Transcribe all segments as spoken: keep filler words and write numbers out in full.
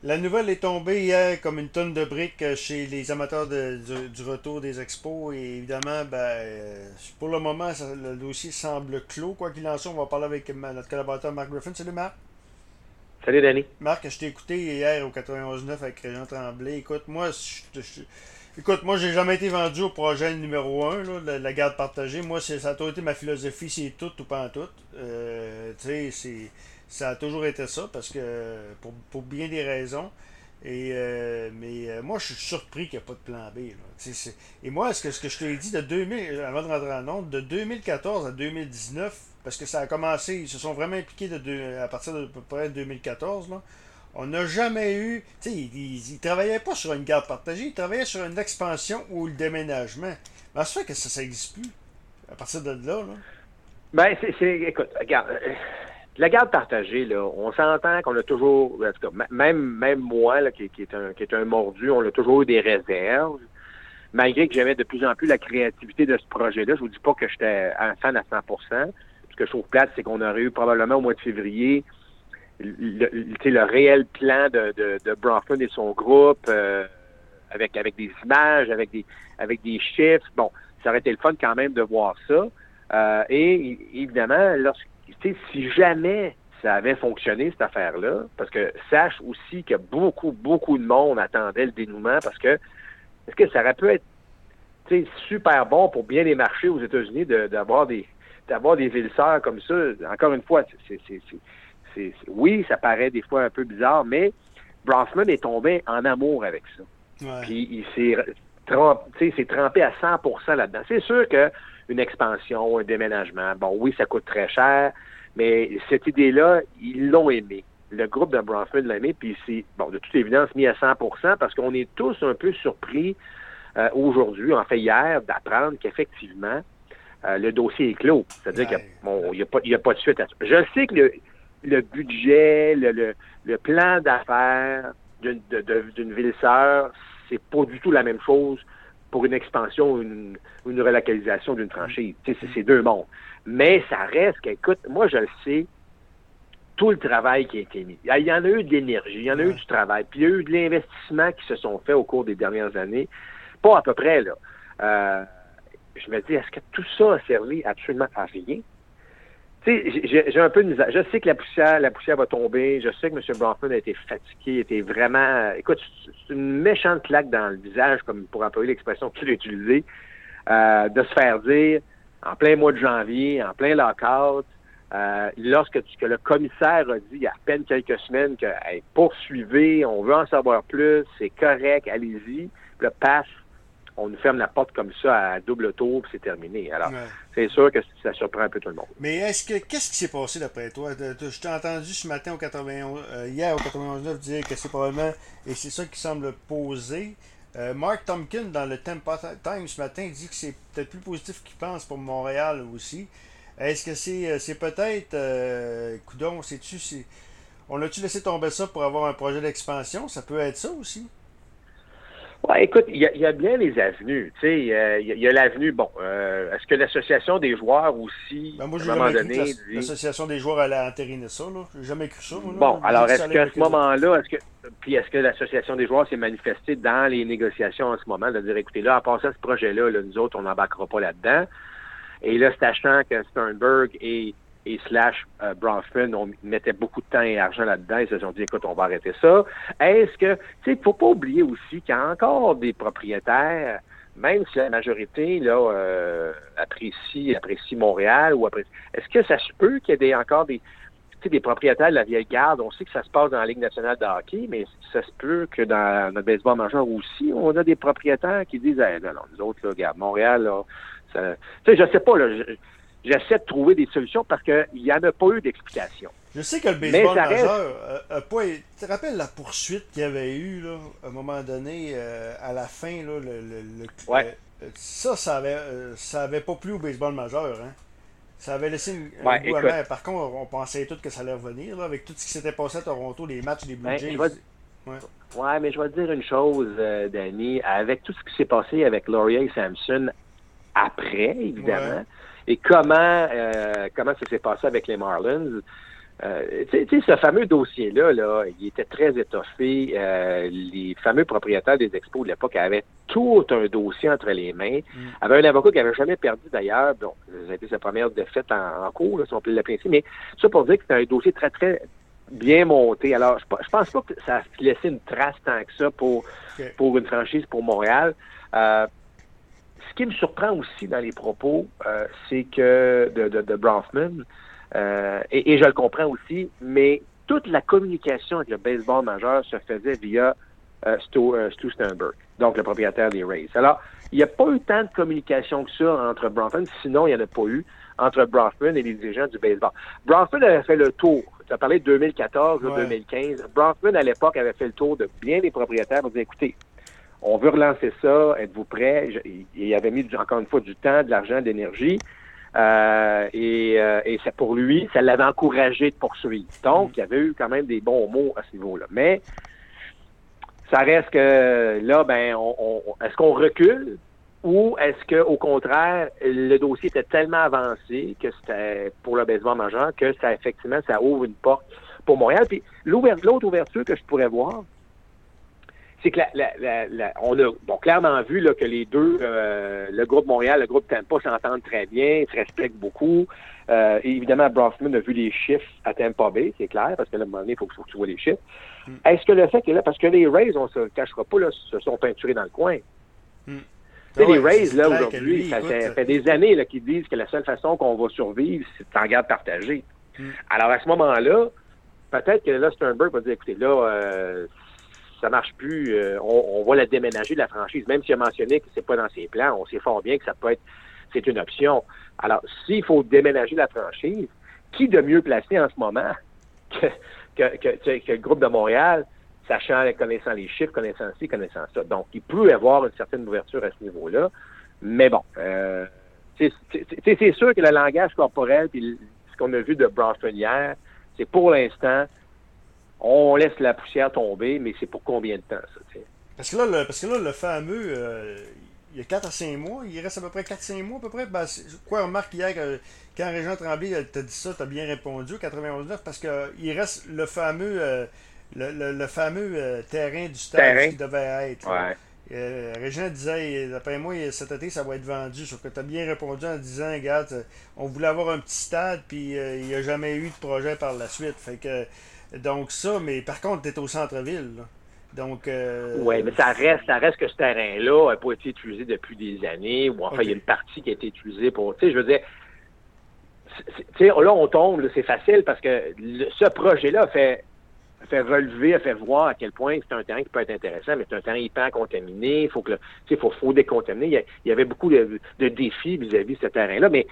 La nouvelle est tombée hier comme une tonne de briques euh, chez les amateurs de- du, du retour des expos. Et évidemment, ben, euh, pour le moment, ça- le dossier semble clos. Quoi qu'il en soit, on va parler avec ma- notre collaborateur Marc Griffin. Salut Marc. Salut, Danny. Marc, je t'ai écouté hier au quatre-vingt-onze neuf avec Réjean Tremblay. Écoute, moi, je, je- écoute, moi, j'ai jamais été vendu au projet numéro un, là, la, la garde partagée. Moi, c'est, ça a toujours été ma philosophie, c'est tout ou pas en tout. Euh, tu sais, c'est, ça a toujours été ça parce que pour, pour bien des raisons. Et euh, mais euh, moi, je suis surpris qu'il n'y a pas de plan B. Là. Tu sais, c'est- Et moi, ce que, ce que je t'ai dit de deux mille, avant de rentrer en nombre, de deux mille quatorze à deux mille dix-neuf, parce que ça a commencé, ils se sont vraiment impliqués de deux- à partir de à peu près deux mille quatorze, là, on n'a jamais eu. Tu sais, ils ne travaillaient pas sur une garde partagée, ils travaillaient sur une expansion ou le déménagement. Mais ça fait que ça n'existe plus à partir de là. là. Ben, c'est, c'est écoute, regarde, euh, la garde partagée, là, on s'entend qu'on a toujours, en tout cas, m- même, même moi, là, qui, qui est un, qui est un mordu, on a toujours eu des réserves, malgré que j'aimais de plus en plus la créativité de ce projet-là. Je vous dis pas que j'étais un fan à cent pour cent. Ce que je trouve plate, c'est qu'on aurait eu probablement au mois de février le, le, tu sais, le réel plan de, de, de Bronfman et son groupe, euh, avec, avec des images, avec des, avec des chiffres. Bon, ça aurait été le fun quand même de voir ça. Euh, et évidemment, lorsque, tu sais, si jamais ça avait fonctionné, cette affaire-là, parce que sache aussi que beaucoup, beaucoup de monde attendait le dénouement, parce que est-ce que ça aurait pu être, tu sais, super bon pour bien les marchés aux États-Unis de, d'avoir des d'avoir des villes-sœurs comme ça. Encore une fois, c'est, c'est, c'est, c'est, c'est, oui, ça paraît des fois un peu bizarre, mais Bronfman est tombé en amour avec ça. Ouais. Puis il s'est trempé, s'est trempé à cent pour cent là-dedans. C'est sûr qu'une expansion, un déménagement, bon, oui, ça coûte très cher, mais cette idée-là, ils l'ont aimé. Le groupe de Bronfman l'a aimé, puis c'est, bon, de toute évidence, mis à cent pour cent parce qu'on est tous un peu surpris euh, aujourd'hui, en fait hier, d'apprendre qu'effectivement, euh, le dossier est clos. C'est-à-dire qu'il Ouais. bon, n'y a, a, a pas de suite à ça. Je sais que le, le budget, le, le, le plan d'affaires d'une, de, de, d'une ville sœur, c'est pas du tout la même chose pour une expansion ou une, une relocalisation d'une franchise. Tu sais, c'est, c'est deux mondes. Mais ça reste qu'écoute, moi je le sais, tout le travail qui a été mis. Il y en a eu de l'énergie, il y en a eu Ouais. du travail, puis il y a eu de l'investissement qui se sont faits au cours des dernières années. Pas à peu près, là. Euh, je me dis, est-ce que tout ça a servi absolument à rien? Tu sais, j'ai, j'ai un peu de misère. Je sais que la poussière, la poussière va tomber. Je sais que M. Bronfman a été fatigué, était vraiment... Écoute, c'est une méchante claque dans le visage, comme pour employer l'expression qu'il a utilisée, euh, de se faire dire, en plein mois de janvier, en plein lockout, euh, lorsque tu, que le commissaire a dit il y a à peine quelques semaines que hey, poursuivez, on veut en savoir plus, c'est correct, allez-y. Le passe, on nous ferme la porte comme ça à double tour, puis c'est terminé. Alors, Ouais. c'est sûr que ça surprend un peu tout le monde. Mais est-ce que qu'est-ce qui s'est passé d'après toi? De- de- je t'ai entendu ce matin au quatre-vingt-onze, euh, hier au quatre-vingt-onze neuf dire que c'est probablement, et c'est ça qui semble poser. Euh, Mark Tompkin dans le Tampa Times ce matin dit que c'est peut-être plus positif qu'il pense pour Montréal aussi. Est-ce que c'est euh, c'est peut-être euh, coudon, sais-tu, c'est on a-tu laissé tomber ça pour avoir un projet d'expansion? Ça peut être ça aussi. Ouais, écoute, il y, a, il y a bien les avenues. Tu sais, euh, il y a, il y a l'avenue, bon, euh, est-ce que l'association des joueurs aussi, Ben moi à un j'ai moment jamais cru que donné, l'as- dit, l'association des joueurs allait entériner ça, là. J'ai jamais cru ça, moi, là. bon, Je dis alors que ça est-ce allait qu'à avec ce eux autres. moment-là, est-ce que, puis est-ce que l'association des joueurs s'est manifestée dans les négociations en ce moment, de dire, écoutez, là, en passant à ce projet-là, là, nous autres, on n'embarquera pas là-dedans. Et là, sachant que Sternberg et, et slash euh, Bronfman, on mettait beaucoup de temps et argent là-dedans, ils se sont dit, écoute, on va arrêter ça. Est-ce que, tu sais, il faut pas oublier aussi qu'il y a encore des propriétaires, même si la majorité, là, euh, apprécie, apprécie Montréal ou apprécie, est-ce que ça se peut qu'il y ait des, encore des, tu sais, des propriétaires de la vieille garde? On sait que ça se passe dans la Ligue nationale de hockey, mais ça se peut que dans notre baseball majeur aussi, on a des propriétaires qui disent, hey, non, non, nous autres, là, regarde, Montréal, là, ça, tu sais, je sais pas, là, je- j'essaie de trouver des solutions parce qu'il n'y en a pas eu d'explication. Je sais que le Mais baseball ça reste, majeur a, a pas été- Tu te rappelles la poursuite qu'il y avait eu là, à un moment donné, euh, à la fin, là, le, le- le- ouais, euh, ça, ça avait, euh, ça avait pas plu au baseball majeur. Hein. Ça avait laissé une- un ouais, goût écoute, amer. Par contre, on pensait tous que ça allait revenir, là, avec tout ce qui s'était passé à Toronto, les matchs des Blue ben, je Jays. vais, Ouais. ouais, mais je vais te dire une chose, euh, Danny, avec tout ce qui s'est passé avec Laurier et Sampson après, Ouais. évidemment, et comment, euh, comment ça s'est passé avec les Marlins, Euh, tu sais, ce fameux dossier-là, là, il était très étoffé. Euh, les fameux propriétaires des expos de l'époque avaient tout un dossier entre les mains. Mm. Avait un avocat qui n'avait jamais perdu d'ailleurs. Bon, ça a été sa première défaite en, en cours, là, si on peut l'appeler ainsi. Mais ça pour dire que c'était un dossier très, très bien monté. Alors, je, je pense pas que ça a laissé une trace tant que ça pour, okay. pour une franchise pour Montréal. Euh, ce qui me surprend aussi dans les propos, euh, c'est que de, de, de Bronfman, Euh, et, et je le comprends aussi, mais toute la communication avec le baseball majeur se faisait via euh, Stu, euh, Stu Sternberg, donc le propriétaire des Rays. Alors, il n'y a pas eu tant de communication que ça entre Bronfman, sinon il n'y en a pas eu, entre Bronfman et les dirigeants du baseball. Bronfman avait fait le tour. Tu as parlé de deux mille quatorze, ouais. deux mille quinze. Bronfman, à l'époque, avait fait le tour de bien des propriétaires pour dire, écoutez, on veut relancer ça, êtes-vous prêts? Il avait mis, encore une fois, du temps, de l'argent, de l'énergie. Euh, et, euh, et c'est pour lui, ça l'avait encouragé de poursuivre. Donc, il y avait eu quand même des bons mots à ce niveau-là. Mais ça reste que là, ben, on, on, est-ce qu'on recule ou est-ce que, au contraire, le dossier était tellement avancé que c'était pour le baseball majeur que ça effectivement ça ouvre une porte pour Montréal. Puis l'autre ouverture que je pourrais voir, c'est que la, la, la, la, on a bon, clairement vu là, que les deux, euh, le groupe Montréal, le groupe Tampa s'entendent très bien, se respectent beaucoup. Euh, et évidemment, Bronfman a vu les chiffres à Tampa Bay, c'est clair, parce que là, à un moment donné, il faut que tu vois les chiffres. Mm. Est-ce que le fait que là, parce que les Rays, on ne se le cachera pas, là, se sont peinturés dans le coin. Mm. Tu sais, ouais, les Rays, là, aujourd'hui, lui, ça, écoute, ça fait des années là, qu'ils disent que la seule façon qu'on va survivre, c'est en garde partagée. Mm. Alors, à ce moment-là, peut-être que là, Sternberg va dire, écoutez, là, euh, ça marche plus, euh, on, on va la déménager de la franchise, même s'il a mentionné que c'est pas dans ses plans, on sait fort bien que ça peut être, c'est une option. Alors, s'il faut déménager la franchise, qui de mieux placé en ce moment que, que, que, que le groupe de Montréal, sachant, connaissant les chiffres, connaissant ci, connaissant ça. Donc, il peut y avoir une certaine ouverture à ce niveau-là, mais bon, euh, c'est, c'est, c'est, c'est sûr que le langage corporel, puis ce qu'on a vu de Bronfman hier, c'est pour l'instant, on laisse la poussière tomber, mais c'est pour combien de temps, ça, t'sais? Parce que là, le, parce que là, le fameux, euh, il y a quatre à cinq mois, il reste à peu près quatre à cinq mois, à peu près. Ben, quoi, remarque hier, que, quand Régent Tremblay t'a dit ça, t'as bien répondu, quatre-vingt-onze neuf, parce qu'il reste le fameux, euh, le, le, le fameux euh, terrain du stade terrain. Qui devait être. Ouais. Euh, Régent disait, d'après moi, cet été, ça va être vendu. Sauf que tu as bien répondu en disant, regarde, on voulait avoir un petit stade, puis euh, il n'y a jamais eu de projet par la suite. Fait que, donc ça, mais par contre, tu es au centre-ville. Là. Donc. Euh... Oui, mais ça reste, ça reste que ce terrain-là n'a pas été utilisé depuis des années, ou enfin, okay. Il y a une partie qui a été utilisée pour. Tu sais, je veux dire. Tu sais, là, on tombe, là, c'est facile parce que le, ce projet-là fait. fait relever, a fait voir à quel point c'est un terrain qui peut être intéressant, mais c'est un terrain hyper contaminé. Il faut que, tu sais, faut, faut décontaminer. Il y, a, il y avait beaucoup de, de défis vis-à-vis de ce terrain-là, mais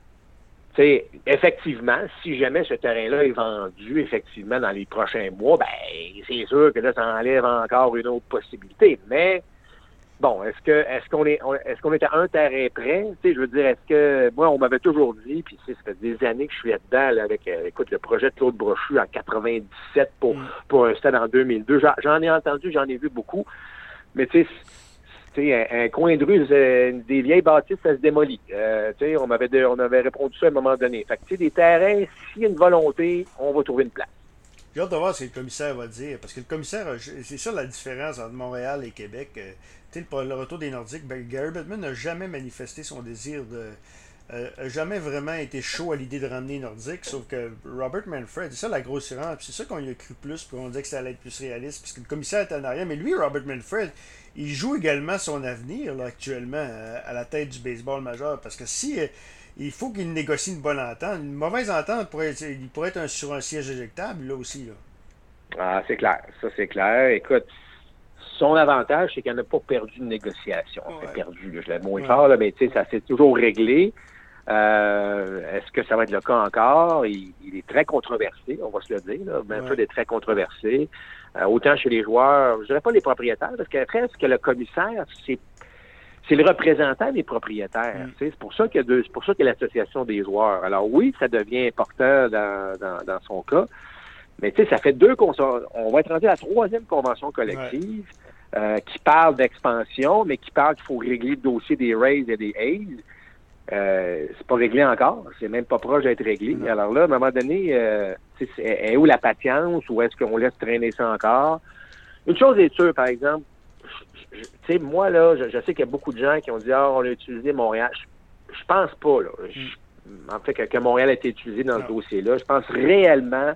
tu sais, effectivement, si jamais ce terrain-là est vendu effectivement dans les prochains mois, ben c'est sûr que là, ça enlève encore une autre possibilité. Mais bon, est-ce que est-ce qu'on est on, est-ce qu'on est à un terrain près? Tu sais, je veux dire, est-ce que moi, on m'avait toujours dit, puis ça fait des années que je suis là-dedans, là, avec euh, écoute, le projet de Claude Brochu en quatre-vingt-dix-sept pour, mm. pour un stade en deux mille deux. J'en, j'en ai entendu, j'en ai vu beaucoup. Mais tu sais, tu sais, un, un coin de rue, des vieilles bâtisses, ça se démolit. Euh, tu sais, on m'avait de, on avait répondu ça à un moment donné. Fait que tu sais, des terrains, s'il y a une volonté, on va trouver une place. J'ai hâte de voir ce que le commissaire va dire, parce que le commissaire, c'est ça la différence entre Montréal et Québec. Euh, tu sais, le, le retour des Nordiques, ben, Gary Bettman n'a jamais manifesté son désir de... Euh, a jamais vraiment été chaud à l'idée de ramener les Nordiques, sauf que Robert Manfred, c'est ça la grosse erreur, puis c'est ça qu'on y a cru plus, puis on disait que ça allait être plus réaliste, puisque le commissaire était en arrière, mais lui, Robert Manfred, il joue également son avenir, là, actuellement, euh, à la tête du baseball majeur, parce que si... Euh, il faut qu'il négocie une bonne entente. Une mauvaise entente, pourrait être, il pourrait être un, sur un siège éjectable, là aussi. Là. Ah, c'est clair. Ça, c'est clair. Écoute, son avantage, c'est qu'il n'a pas perdu de négociation. Ouais. Il a perdu, là, je l'ai moins ouais. fort, là, mais tu sais, ça s'est toujours réglé. Euh, est-ce que ça va être le cas encore? Il, il est très controversé, on va se le dire. Là. Manfred ouais. est très controversé. Euh, autant chez les joueurs, je dirais pas les propriétaires, parce qu'après, est-ce que le commissaire, c'est C'est le représentant des propriétaires. Mm. C'est pour ça qu'il y a deux, c'est pour ça qu'il y a l'association des joueurs. Alors oui, ça devient important dans, dans, dans son cas, mais tu sais, ça fait deux conventions. On va être rendu à la troisième convention collective ouais. euh, qui parle d'expansion, mais qui parle qu'il faut régler le dossier des Rays et des A's. Euh, c'est pas réglé encore. C'est même pas proche d'être réglé. Mm. Alors là, à un moment donné, euh, tu sais, est où la patience ou est-ce qu'on laisse traîner ça encore? Une chose est sûre, par exemple, tu sais, moi, là, je, je sais qu'il y a beaucoup de gens qui ont dit « Ah, on a utilisé Montréal. » Je, je pense pas, là. Je, en fait, que, que Montréal a été utilisé dans non. ce dossier-là. Je pense réellement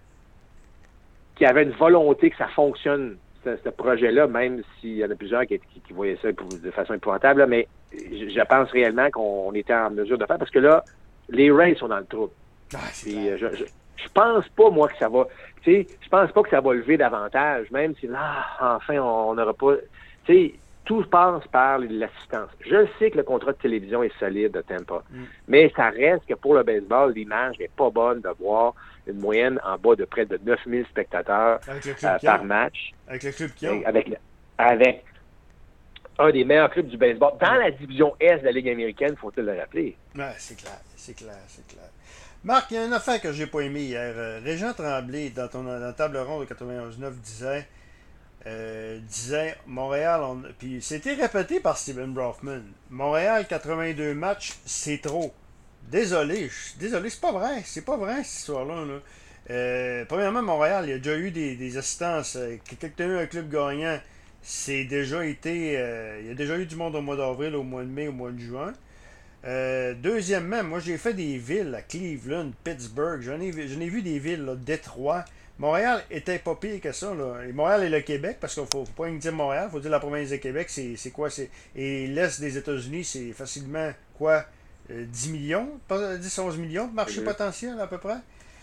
qu'il y avait une volonté que ça fonctionne, ce, ce projet-là, même s'il y en a plusieurs qui, qui, qui voyaient ça de façon épouvantable, là, mais je, je pense réellement qu'on était en mesure de faire, parce que là, les Rays sont dans le trou. Ah, Puis, je, je, je pense pas, moi, que ça va... Tu sais, je pense pas que ça va lever davantage, même si, ah, enfin, on n'aura pas... Tu sais, tout passe par l'assistance. Je sais que le contrat de télévision est solide de Tampa, mm. mais ça reste que pour le baseball, l'image n'est pas bonne de voir une moyenne en bas de près de neuf mille spectateurs euh, par match. Avec le club qui a. Avec, avec un des meilleurs clubs du baseball. Dans la division S de la Ligue américaine, faut-il le rappeler. Ouais, c'est clair, c'est clair, c'est clair. Marc, il y a une affaire que j'ai pas aimée hier. Euh, Régent Tremblay, dans ton dans la table ronde de quatre-vingt-onze neuf, disait... Euh, disait Montréal, on... puis c'était répété par Steven Brofman. Montréal, quatre-vingt-deux matchs, c'est trop. Désolé, je... désolé, c'est pas vrai, c'est pas vrai cette histoire-là. Là. Euh, premièrement, Montréal, il y a déjà eu des, des assistances. Euh, Quelqu'un a eu un club gagnant, c'est déjà été. Euh, il y a déjà eu du monde au mois d'avril, au mois de mai, au mois de juin. Euh, deuxièmement, moi j'ai fait des villes à Cleveland, Pittsburgh, j'en ai, j'en ai vu des villes, là, Détroit. Montréal était pas pire que ça. Là. Et Montréal et le Québec, parce qu'il ne faut, faut pas dire Montréal, il faut dire la province de Québec, c'est, c'est quoi? C'est, et l'Est des États-Unis, c'est facilement quoi? Euh, dix millions, dix à onze millions de marché mm-hmm. potentiel à peu près.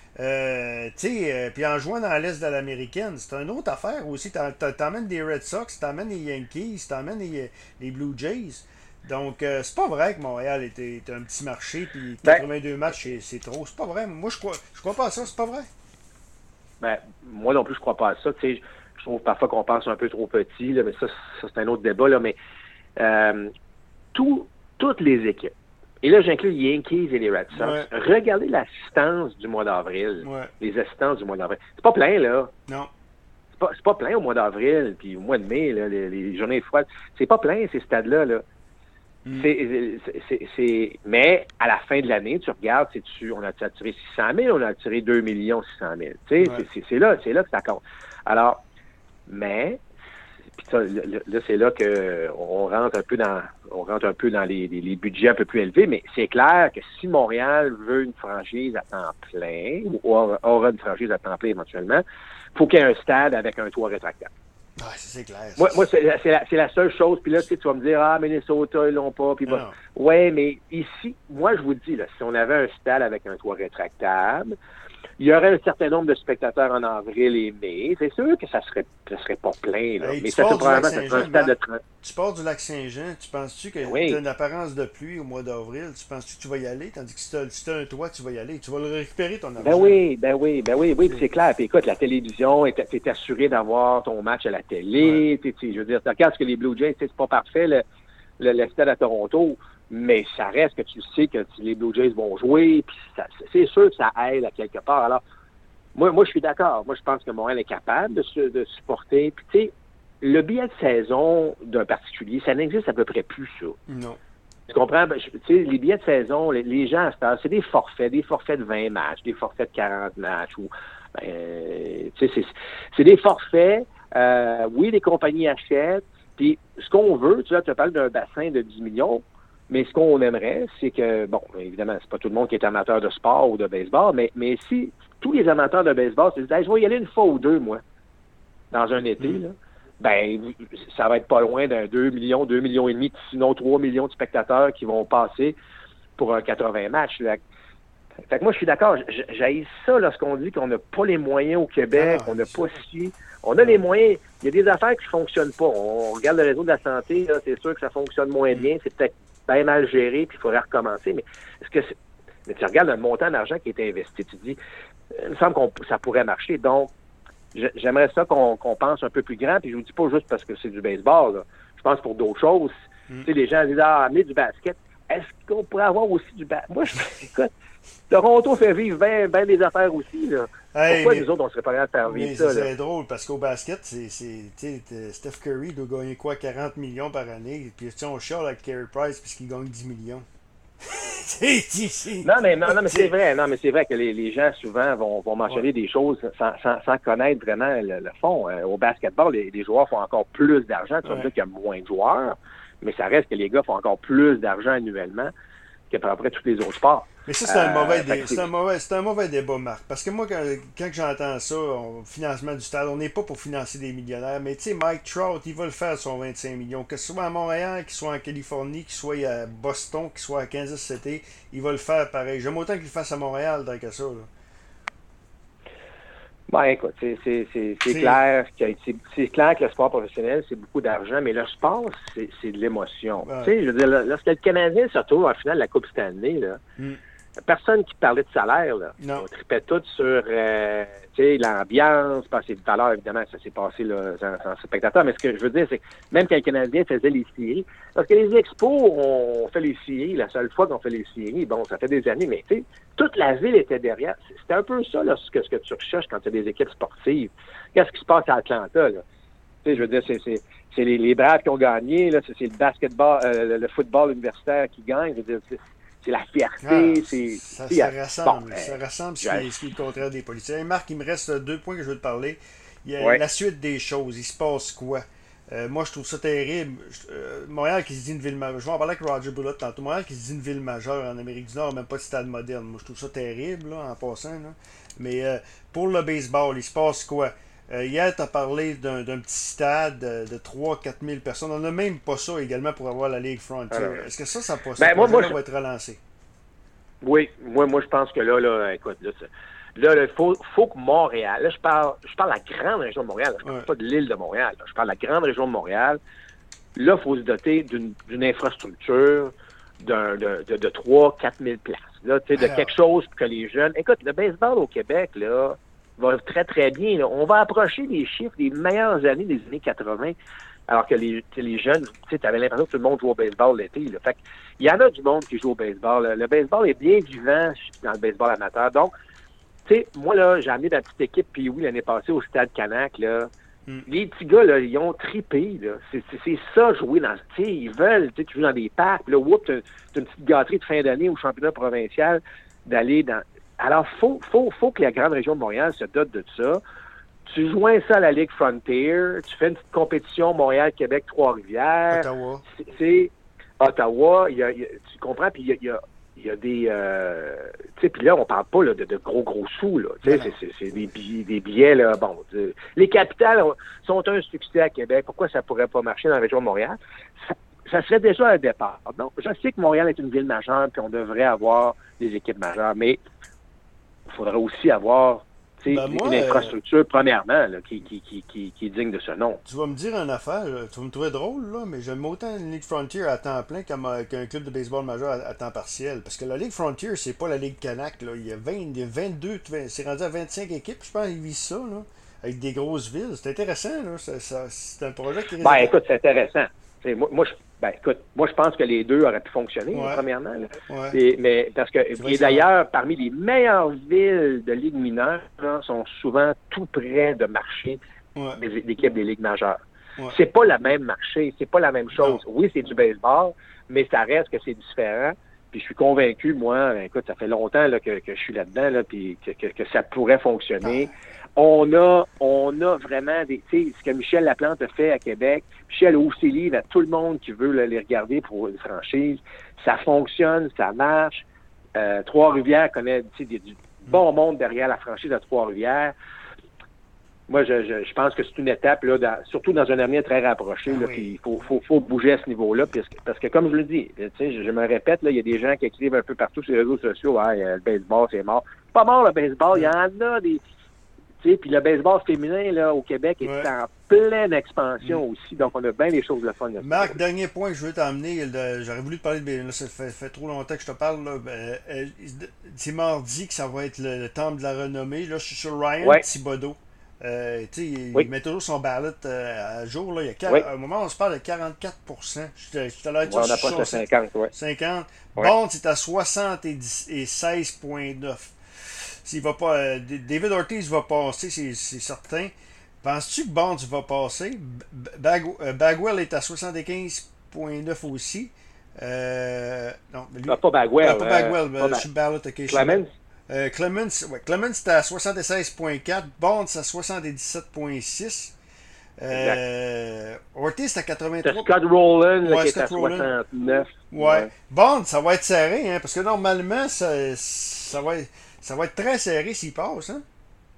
Euh, tu sais, euh, puis en jouant dans l'Est de l'américaine, c'est une autre affaire aussi. T'en, t'emmènes des Red Sox, t'emmènes les Yankees, t'emmènes les, les Blue Jays. Donc, euh, c'est pas vrai que Montréal était, était un petit marché, puis quatre-vingt-deux ben, matchs, c'est, c'est trop. C'est pas vrai. Moi, je crois, je crois pas à ça, c'est pas vrai. Ben, moi non plus, je crois pas à ça. Tu sais, je trouve parfois qu'on pense un peu trop petit, là, mais ça, ça, c'est un autre débat. Là, mais euh, tout, toutes les équipes, et là, j'inclus les Yankees et les Red Sox, ouais. Regardez l'assistance du mois d'avril. Ouais. Les assistances du mois d'avril. C'est pas plein, là. Non. C'est pas, c'est pas plein au mois d'avril, puis au mois de mai, là, les, les journées froides. C'est pas plein, ces stades-là, là. Mm. C'est, c'est, c'est, c'est... Mais à la fin de l'année, tu regardes, c'est tu, on a attiré six cent mille, on a attiré deux millions six cent mille. Tu sais, ouais. c'est, c'est, c'est, là, c'est là que ça compte. Alors, mais, puis ça, là, là, c'est là que on rentre un peu dans, on rentre un peu dans les, les, les budgets un peu plus élevés, mais c'est clair que si Montréal veut une franchise à temps plein, ou aura, aura une franchise à temps plein éventuellement, il faut qu'il y ait un stade avec un toit rétractable. Ah, c'est clair. Moi, moi c'est, c'est, la, c'est la seule chose. Puis là, tu sais, tu vas me dire, ah, Minnesota, ils l'ont pas. Puis bah, ouais, mais ici, moi, je vous dis, là, si on avait un stade avec un toit rétractable, il y aurait un certain nombre de spectateurs en avril et mai. C'est sûr que ça serait, ça serait pas plein, là. Hey, mais ça serait probablement ça serait un stade de trente. Tu pars du lac Saint-Jean, tu penses-tu qu'il oui. y a une apparence de pluie au mois d'avril? Tu penses-tu que tu vas y aller? Tandis que si tu as, si as un toit, tu vas y aller. Tu vas le récupérer, ton argent. Ben oui, ben oui, ben oui, oui, c'est, c'est clair. Puis écoute, la télévision, tu es assuré d'avoir ton match à la télé. Ouais. Je veux dire, tu regardes ce que les Blue Jays, c'est pas parfait, le, le, le stade à Toronto. Mais ça reste que tu sais que les Blue Jays vont jouer, puis ça, c'est sûr que ça aide à quelque part. Alors, moi, moi je suis d'accord. Moi, je pense que Montréal est capable de, se, de supporter. Puis, tu sais, le billet de saison d'un particulier, ça n'existe à peu près plus, ça. Non. Tu comprends? Ben, tu sais, les billets de saison, les, les gens, c'est des forfaits, des forfaits de vingt matchs, des forfaits de quarante matchs. Ou, ben, tu sais, c'est, c'est des forfaits. Euh, oui, les compagnies achètent. Puis, ce qu'on veut, tu vois, tu parles d'un bassin de dix millions. Mais ce qu'on aimerait, c'est que, bon, évidemment, c'est pas tout le monde qui est amateur de sport ou de baseball, mais, mais si tous les amateurs de baseball se disent, hey, je vais y aller une fois ou deux, moi, dans un été, mmh. là, ben, ça va être pas loin d'un deux millions, deux millions et demi, sinon trois millions de spectateurs qui vont passer pour un quatre-vingts matchs. Là. Fait que moi, je suis d'accord, j'haïs ça lorsqu'on dit qu'on n'a pas les moyens au Québec, ah, on n'a pas si... On a les moyens, il y a des affaires qui ne fonctionnent pas. On regarde le réseau de la santé, là, c'est sûr que ça fonctionne moins bien, c'est peut-être bien mal géré, puis il faudrait recommencer, mais est-ce que c'est... Mais tu regardes le montant d'argent qui est investi, tu te dis, il me semble que ça pourrait marcher, donc j'aimerais ça qu'on, qu'on pense un peu plus grand, puis je vous dis pas juste parce que c'est du baseball, là. Je pense pour d'autres choses. Mm. Tu sais, les gens disent, ah, amenez du basket, est-ce qu'on pourrait avoir aussi du basket? Moi, je écoute, Toronto fait vivre bien ben des affaires aussi, là. Hey, pourquoi mais, nous autres, on serait pas capable de faire vivre ça? C'est là? drôle, parce qu'au basket, c'est, c'est, Steph Curry doit gagner quoi, quarante millions par année, puis on chiale avec Carey Price puisqu'il gagne dix millions. Non, mais, non, non, mais c'est vrai. Non, mais c'est vrai que les, les gens, souvent, vont, vont mentionner ouais. des choses sans, sans, sans connaître vraiment le, le fond. Euh, au basketball, les, les joueurs font encore plus d'argent. Tu vas me dire qu'il y a moins de joueurs, mais ça reste que les gars font encore plus d'argent annuellement que par après tous les autres sports. Mais ça, c'est un, euh, mauvais dé... c'est un, mauvais... c'est un mauvais débat, Marc. Parce que moi, quand, quand j'entends ça, on... financement du stade, on n'est pas pour financer des millionnaires. Mais tu sais, Mike Trout, il va le faire son vingt-cinq millions. Que ce soit à Montréal, qu'il soit en Californie, qu'il soit à Boston, qu'il soit à Kansas City, il va le faire pareil. J'aime autant qu'il le fasse à Montréal tant que ça. Là. Ben, écoute, c'est, c'est, c'est, c'est, clair que, c'est, c'est clair que le sport professionnel, c'est beaucoup d'argent, mais le sport, c'est, c'est de l'émotion. Ouais. Tu sais, je veux dire, lorsque le Canadien se retrouve en finale de la Coupe Stanley, là, mm. personne qui parlait de salaire, là. Non. On tripait tout sur euh, l'ambiance, parce que tout à l'heure, évidemment, ça s'est passé là, sans, sans spectateur, mais ce que je veux dire, c'est que même quand les Canadiens faisaient les séries, parce que les expos ont fait les séries, la seule fois qu'on fait les séries, bon, ça fait des années, mais tu sais, toute la ville était derrière. C'était un peu ça, là, ce que, ce que tu recherches quand tu as des équipes sportives. Qu'est-ce qui se passe à Atlanta, là? Tu sais, je veux dire, c'est, c'est, c'est les, les Braves qui ont gagné, là, c'est, c'est le basketball, euh, le, le football universitaire qui gagne, je veux dire, c'est, c'est la fierté, ah, c'est... Ça, ça rassemble, bon, ça euh, rassemble ce, qui est, ce qui est le contraire des politiciens. Hey Marc, il me reste deux points que je veux te parler. Il y a ouais. la suite des choses, il se passe quoi? Euh, moi, je trouve ça terrible. Euh, Montréal qui se dit une ville majeure. Je vais en parler avec Roger Bullock tantôt. Montréal qui se dit une ville majeure en Amérique du Nord, même pas de stade moderne. Moi, je trouve ça terrible, là, en passant. Là. Mais euh, pour le baseball, il se passe quoi? Euh, hier, tu as parlé d'un, d'un petit stade de trois à quatre mille personnes. On n'a même pas ça également pour avoir la Ligue Frontier. Alors, Est-ce que ça, ça, ça, ben, moi, moi, va je... être relancé? Oui, moi, moi, je pense que là, là, écoute, là, là, il faut, faut que Montréal, là, je parle, je parle de la grande région de Montréal, là, je parle ouais. pas de l'île de Montréal, là, je parle de la grande région de Montréal. Là, il faut se doter d'une, d'une infrastructure d'un, de, de, de trois à quatre mille places, là, tu sais, de Alors... quelque chose pour que les jeunes... Écoute, le baseball au Québec, là, va très, très bien. Là. On va approcher les chiffres des meilleures années des années quatre-vingts, alors que les, les jeunes, tu sais, avais l'impression que tout le monde joue au baseball l'été. Là. Fait il y en a du monde qui joue au baseball. Là. Le baseball est bien vivant dans le baseball amateur. Donc, tu sais, moi, là, j'ai amené ma petite équipe, puis oui, l'année passée, au Stade Canac, là. Mm. Les petits gars, là, ils ont trippé, là. C'est, c'est, c'est ça, jouer dans... Tu sais, ils veulent, tu sais, tu joues dans des parcs, puis là, whoop, t'as, t'as une petite gâterie de fin d'année au championnat provincial, d'aller dans... Alors, faut, faut, faut que la grande région de Montréal se dote de ça. Tu joins ça à la Ligue Frontier, tu fais une petite compétition Montréal, Québec, Trois-Rivières. Ottawa. C'est, c'est Ottawa, il y a, il y a, tu comprends, puis il y a, il y a, il y a des... Euh, tu sais, puis là, on parle pas là, de, de gros, gros sous, là. Tu sais, c'est, c'est, c'est des billets, des billets, là, bon. Les capitales sont un succès à Québec. Pourquoi ça pourrait pas marcher dans la région de Montréal? Ça, ça serait déjà un départ. Donc, je sais que Montréal est une ville majeure, puis on devrait avoir des équipes majeures, mais il faudrait aussi avoir ben moi, une infrastructure, euh, premièrement, là, qui, qui, qui, qui, qui est digne de ce nom. Tu vas me dire une affaire, là, tu vas me trouver drôle, là, mais j'aime autant une Ligue Frontier à temps plein qu'un, qu'un club de baseball majeur à, à temps partiel. Parce que la Ligue Frontier, c'est pas la Ligue Canac. Là. Il, y a vingt, il y a vingt-deux, vingt, c'est rendu à vingt-cinq équipes, je pense, ils visent ça, là, avec des grosses villes. C'est intéressant, là. Ça, ça, c'est un projet qui est... Ben, écoute, c'est intéressant. C'est, moi, moi je... Ben, écoute, moi, je pense que les deux auraient pu fonctionner, ouais. premièrement. Là. Ouais. Et, mais parce que, et d'ailleurs, parmi les meilleures villes de Ligue mineure, là, sont souvent tout près de marché ouais. des, des équipes des Ligues majeures. Ouais. C'est pas le même marché, c'est pas la même chose. Non. Oui, c'est du baseball, mais ça reste que c'est différent. Puis je suis convaincu, moi, ben, écoute, ça fait longtemps là, que, que je suis là-dedans, là, puis que, que, que ça pourrait fonctionner. Ah. On a, on a vraiment des, tu sais, ce que Michel Laplante a fait à Québec. Michel a aussi livre à tout le monde qui veut là, les regarder pour une franchise. Ça fonctionne, ça marche. Euh, Trois-Rivières connaît, tu sais, du bon monde derrière la franchise à Trois-Rivières. Moi, je, je, je pense que c'est une étape, là, dans, surtout dans un avenir très rapproché, là, puis il faut, faut, faut bouger à ce niveau-là, parce que, parce que comme je le dis, tu sais, je, je me répète, là, il y a des gens qui écrivent un peu partout sur les réseaux sociaux, ah, le baseball, c'est mort. C'est pas mort, le baseball, il y en a des... Tu sais, puis le baseball féminin, là, au Québec, est ouais. en pleine expansion mmh. aussi, donc on a bien des choses de fun. Là, Marc, dernier point que je veux t'emmener, le, j'aurais voulu te parler de baseball, ça fait, fait trop longtemps que je te parle, là, ben, euh, c'est mardi que ça va être le, le temple de la renommée, là, je suis sur Ryan ouais. Thibodeau. Euh, il, oui. il met toujours son ballot euh, à jour. Là. Il y a quatre, oui. À un moment, on se parle de quarante-quatre pour cent. Je te, je te l'ai dit, ouais, on approche de cinquante. Ouais. cinquante. Ouais. Bond, c'est à soixante-seize virgule neuf. S'il va pas, euh, David Ortiz va passer, c'est, c'est certain. Penses-tu que Bonds va passer? Bag, euh, Bagwell est à soixante-quinze virgule neuf aussi. Euh, non, lui, Ah, pas Bagwell. non, pas Bagwell, euh, mais pas je Ba- suis Barrett, ok. je suis- Clemens? Euh, Clemens, ouais, Clemens c'était à soixante-seize virgule quatre, Bonds à soixante-dix-sept virgule six, Exact. euh, Ortiz à T'as quatre-vingt-trois. Scott Rowland là, Ouais, qui est à Scott Rowland. soixante-neuf. Ouais. Bonds, ça va être serré, hein, parce que normalement, ça, ça, va, être, ça va être très serré s'il passe, hein.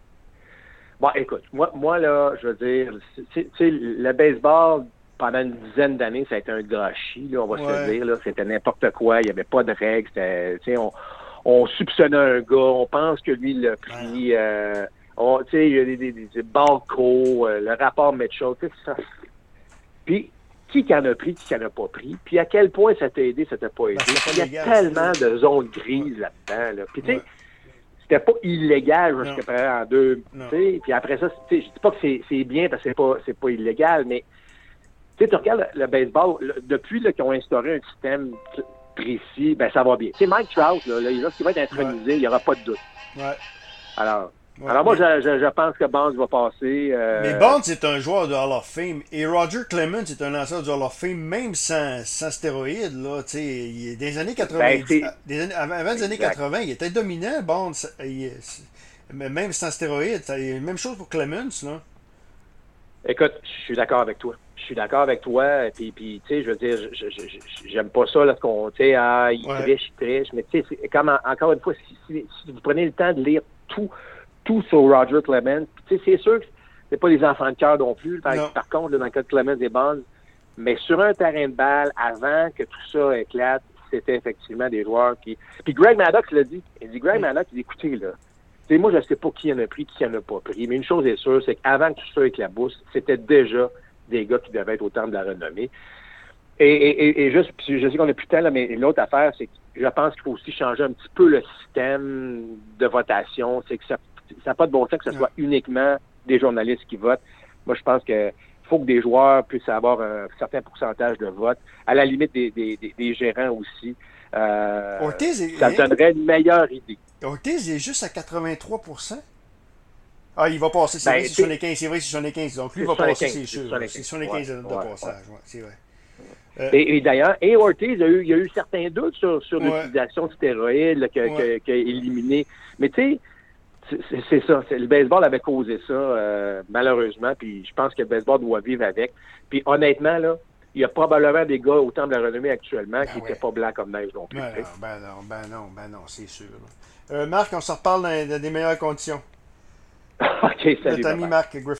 Bon, écoute, moi, moi là, je veux dire, tu sais, le baseball, pendant une dizaine d'années, ça a été un gâchis, là, on va se Ouais. le dire, là. C'était n'importe quoi, il n'y avait pas de règles, c'était, tu sais, on, on soupçonnait un gars, on pense que lui il l'a pris, euh, on- tu sais, il y a des, des, des, des Balco, euh, le rapport Mitchell, tu sais, ça. Puis, qui qu'en a pris, qui qu'en a pas pris, puis à quel point ça t'a aidé, ça t'a pas aidé. Ben, c'était pas il y a légal, tellement c'était- de zones grises là-dedans, là. Puis, tu sais, Ouais. c'était pas illégal Non. jusqu'à près en deux. Non. Tu sais, puis après ça, tu sais, je dis pas que c'est, c'est bien parce que c'est pas, c'est pas illégal, mais tu sais, tu regardes le, le baseball, le- depuis là, qu'ils ont instauré un système t- précis, ben ça va bien. Tu sais, Mike Trout, là, là, lorsqu'il va être intronisé, il n'y aura pas de doute. Ouais. Alors, Ouais. alors moi, mais, je, je, je pense que Bonds va passer. euh, mais Bonds est un joueur de Hall of Fame et Roger Clemens est un lanceur du Hall of Fame, même sans, sans stéroïdes. Là, tu sais, il est des années quatre-vingt-dix, Ben, c'est- ah, des années, avant, avant les années Exact. quatre-vingts, il était dominant, Bonds. Il- mais même sans stéroïdes, ça- même chose pour Clemens. Là. Écoute, je suis d'accord avec toi. Je suis d'accord avec toi. Et puis, puis tu sais, je veux dire, je- je- je- j'aime pas ça lorsqu'on, tu sais, ah, il Ouais. triche, il triche. Mais tu sais, c'est comme en- encore une fois, si, si- si vous prenez le temps de lire tout, tout sur Roger Clemens, tu sais, c'est sûr que c'est pas des enfants de cœur non plus. Par, Non. par contre, là, dans le cas de Clemens et Bonds, mais sur un terrain de balle, avant que tout ça éclate, c'était effectivement des joueurs qui. Puis Greg Maddox l'a dit. Il dit, Greg Mm. Maddox, il dit, écoutez, là. Tu sais, moi, je ne sais pas qui en a pris, qui en a pas pris. Mais une chose est sûre, c'est qu'avant que tout ça éclabousse, c'était déjà des gars qui devaient être au temple de la renommée. Et, et, et, et juste, puis je sais qu'on n'a plus de temps, là, mais l'autre affaire, c'est que je pense qu'il faut aussi changer un petit peu le système de votation. C'est que ça n'a pas de bon sens que ce soit uniquement des journalistes qui votent. Moi, je pense que faut que des joueurs puissent avoir un certain pourcentage de vote. À la limite, des, des, des, des gérants aussi. Euh, Ortiz est- ça me donnerait une meilleure idée. Ortiz est juste à quatre-vingt-trois pour cent. Ah, il va passer, c'est Ben, vrai, c'est t'sais- soixante-quinze, c'est vrai, c'est soixante-quinze. Donc lui, il C'est va passer, soixante-quinze, c'est c'est sûr. soixante-quinze. C'est soixante-quinze de, de Ouais, ouais, passage, ouais, c'est vrai. Euh, Et, et d'ailleurs, et Ortiz, il y a eu, il y a eu certains doutes sur, sur Ouais. l'utilisation de stéroïdes là, que- Ouais. que- qu'il a éliminé. Mais tu sais, c'est- c'est c'est ça. c'est- Le baseball avait causé ça, euh, malheureusement. Puis je pense que le baseball doit vivre avec. Puis honnêtement, là, il y a probablement des gars au temps de la renommée actuellement qui ouais. n'étaient pas blancs comme neige non plus. ben tu sais. non, ben non, ben non, ben non, c'est sûr. là. Euh, Marc, on se reparle dans, dans des meilleures conditions. OK, salut. Notre ami bye-bye. Marc Griffin.